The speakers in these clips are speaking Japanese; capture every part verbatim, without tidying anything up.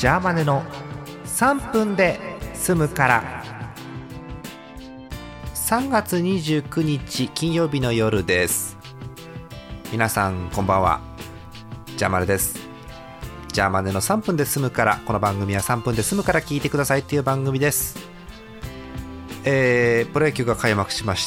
ジャーマネのさんぷんで済むから。さんがつにじゅうくにち金曜日の夜です。皆さんこんばんは、ジャーマネです。ジャーマネのさんぷんで済むから。この番組はさんぷんで済むから聞いてくださいという番組です。えー、プロ野球が開幕しまして、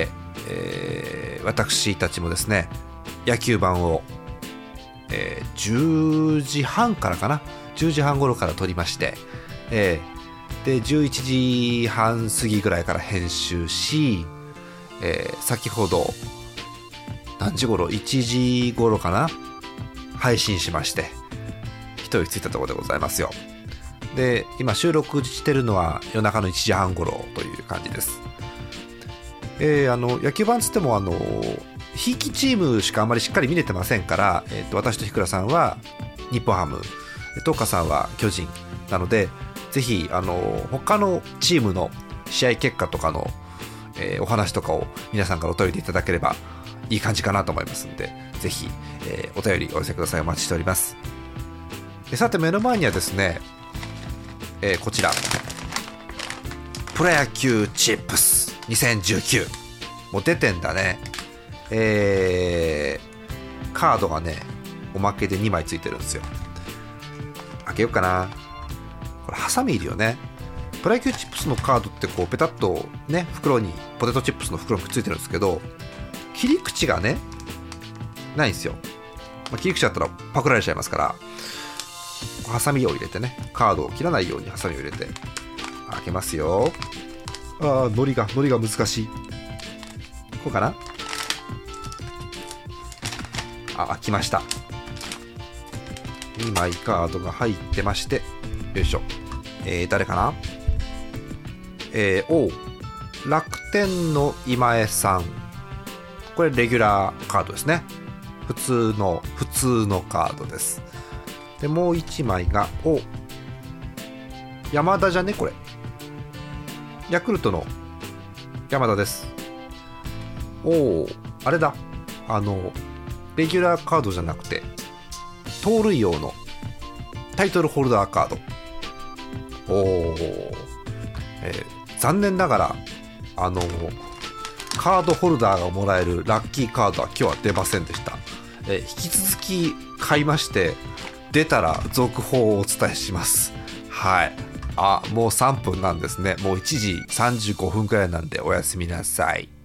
えー、私たちもですね野球盤を、えー、じゅうじはんからかなじゅうじはん頃から撮りまして、えー、でじゅういちじはん過ぎぐらいから編集し、えー、先ほど何時頃いちじ頃かな配信しまして一息ついたところでございますよ。で今収録してるのは夜中のいちじはん頃という感じです。えー、あの野球盤つってもあのひいきチームしかあまりしっかり見れてませんから、えー、と私と日倉さんは日本ハム、東花さんは巨人なので、ぜひあの他のチームの試合結果とかの、えー、お話とかを皆さんからお便りいただければいい感じかなと思いますので、ぜひ、えー、お便りお寄せください。お待ちしております。でさて目の前にはですね、えー、こちらプロ野球チップスにせんじゅうきゅうもう出てんだね。えー、カードがねおまけでにまいついてるんですよ。開けようかな。これハサミいるよね。プロ野球チップスのカードってこうペタッとね袋にポテトチップスの袋にくっついてるんですけど、切り口がねないんですよ。まあ、切り口だったらパクられちゃいますから、ハサミを入れてね、カードを切らないようにハサミを入れて開けますよ。あー、ノリがノリが難しい。こうかな。あ、開きました。にまいカードが入ってまして、よいしょ。えー、誰かな。えー、お楽天の今江さん。これレギュラーカードですね。普通の普通のカードです。でもういちまいがお山田じゃね、これヤクルトの山田です。おお、あれだ、あのレギュラーカードじゃなくて盗塁用のタイトルホルダーカード。おお、えー、残念ながらあのカードホルダーがもらえるラッキーカードは今日は出ませんでした。えー、引き続き買いまして、出たら続報をお伝えします。はい。あ、もうさんぷんなんですね。もういちじさんじゅうごふんくらいなんでおやすみなさい。